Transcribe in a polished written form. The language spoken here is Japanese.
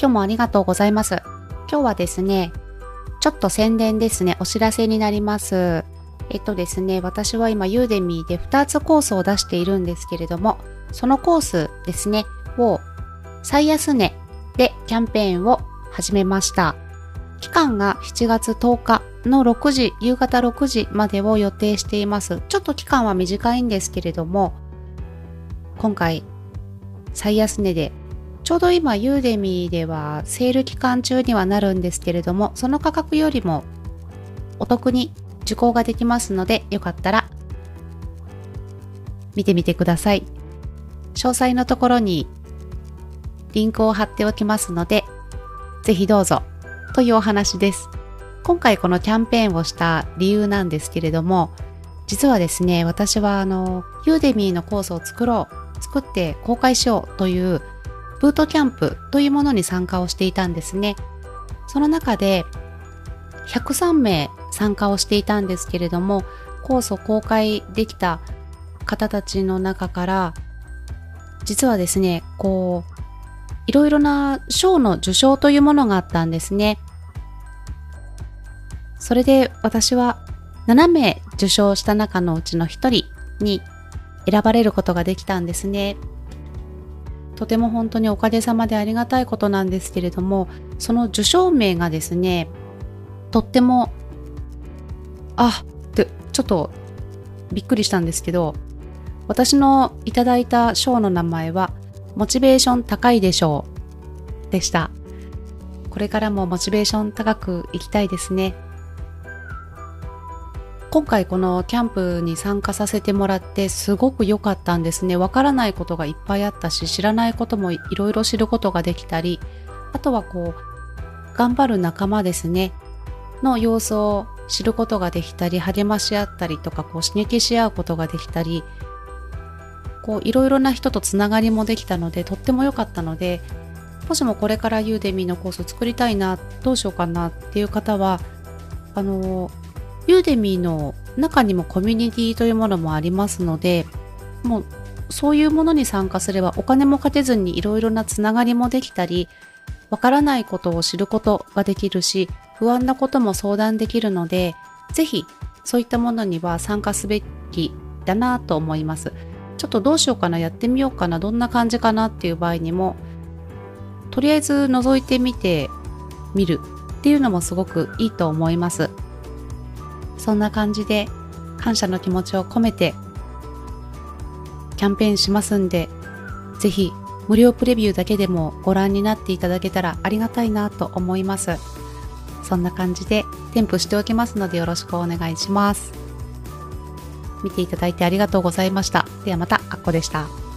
今日もありがとうございます。今日はですね、ちょっと宣伝ですね、お知らせになります。ですね、私は今ユーデミーで2つコースを出しているんですけれども、そのコースですね、を最安値でキャンペーンを始めました。期間が7月10日の6時、夕方6時までを予定しています。ちょっと期間は短いんですけれども、今回最安値でちょうど今ユーデミーではセール期間中にはなるんですけれども、その価格よりもお得に受講ができますので、よかったら見てみてください。詳細のところにリンクを貼っておきますので、ぜひどうぞというお話です。今回このキャンペーンをした理由なんですけれども、実はですね、私はユーデミーのコースを作って公開しようというブートキャンプというものに参加をしていたんですね。その中で103名参加をしていたんですけれども、コースを公開できた方たちの中から、実はですね、いろいろな賞の受賞というものがあったんですね。それで私は7名受賞した中のうちの1人に選ばれることができたんですね。とても本当におかげさまでありがたいことなんですけれども、その受賞名がですね、とってもってちょっとびっくりしたんですけど、私のいただいた賞の名前はモチベーション高いでしょうでした。これからもモチベーション高くいきたいですね。今回このキャンプに参加させてもらってすごく良かったんですね。わからないことがいっぱいあったし、知らないこともいろいろ知ることができたり、あとは頑張る仲間ですねの様子を知ることができたり、励まし合ったりとか刺激し合うことができたり、いろいろな人とつながりもできたので、とっても良かったので、もしもこれからユーデミーのコースを作りたいな、どうしようかなっていう方は、ユーデミーの中にもコミュニティというものもありますので、もうそういうものに参加すればお金もかけずにいろいろなつながりもできたり、わからないことを知ることができるし、不安なことも相談できるので、ぜひそういったものには参加すべきだなと思います。ちょっとどうしようかな、やってみようかな、どんな感じかなっていう場合にも、とりあえず覗いてみてみるっていうのもすごくいいと思います。そんな感じで感謝の気持ちを込めてキャンペーンしますんで、ぜひ無料プレビューだけでもご覧になっていただけたらありがたいなと思います。そんな感じで添付しておきますのでよろしくお願いします。見ていただいてありがとうございました。ではまた、あっこでした。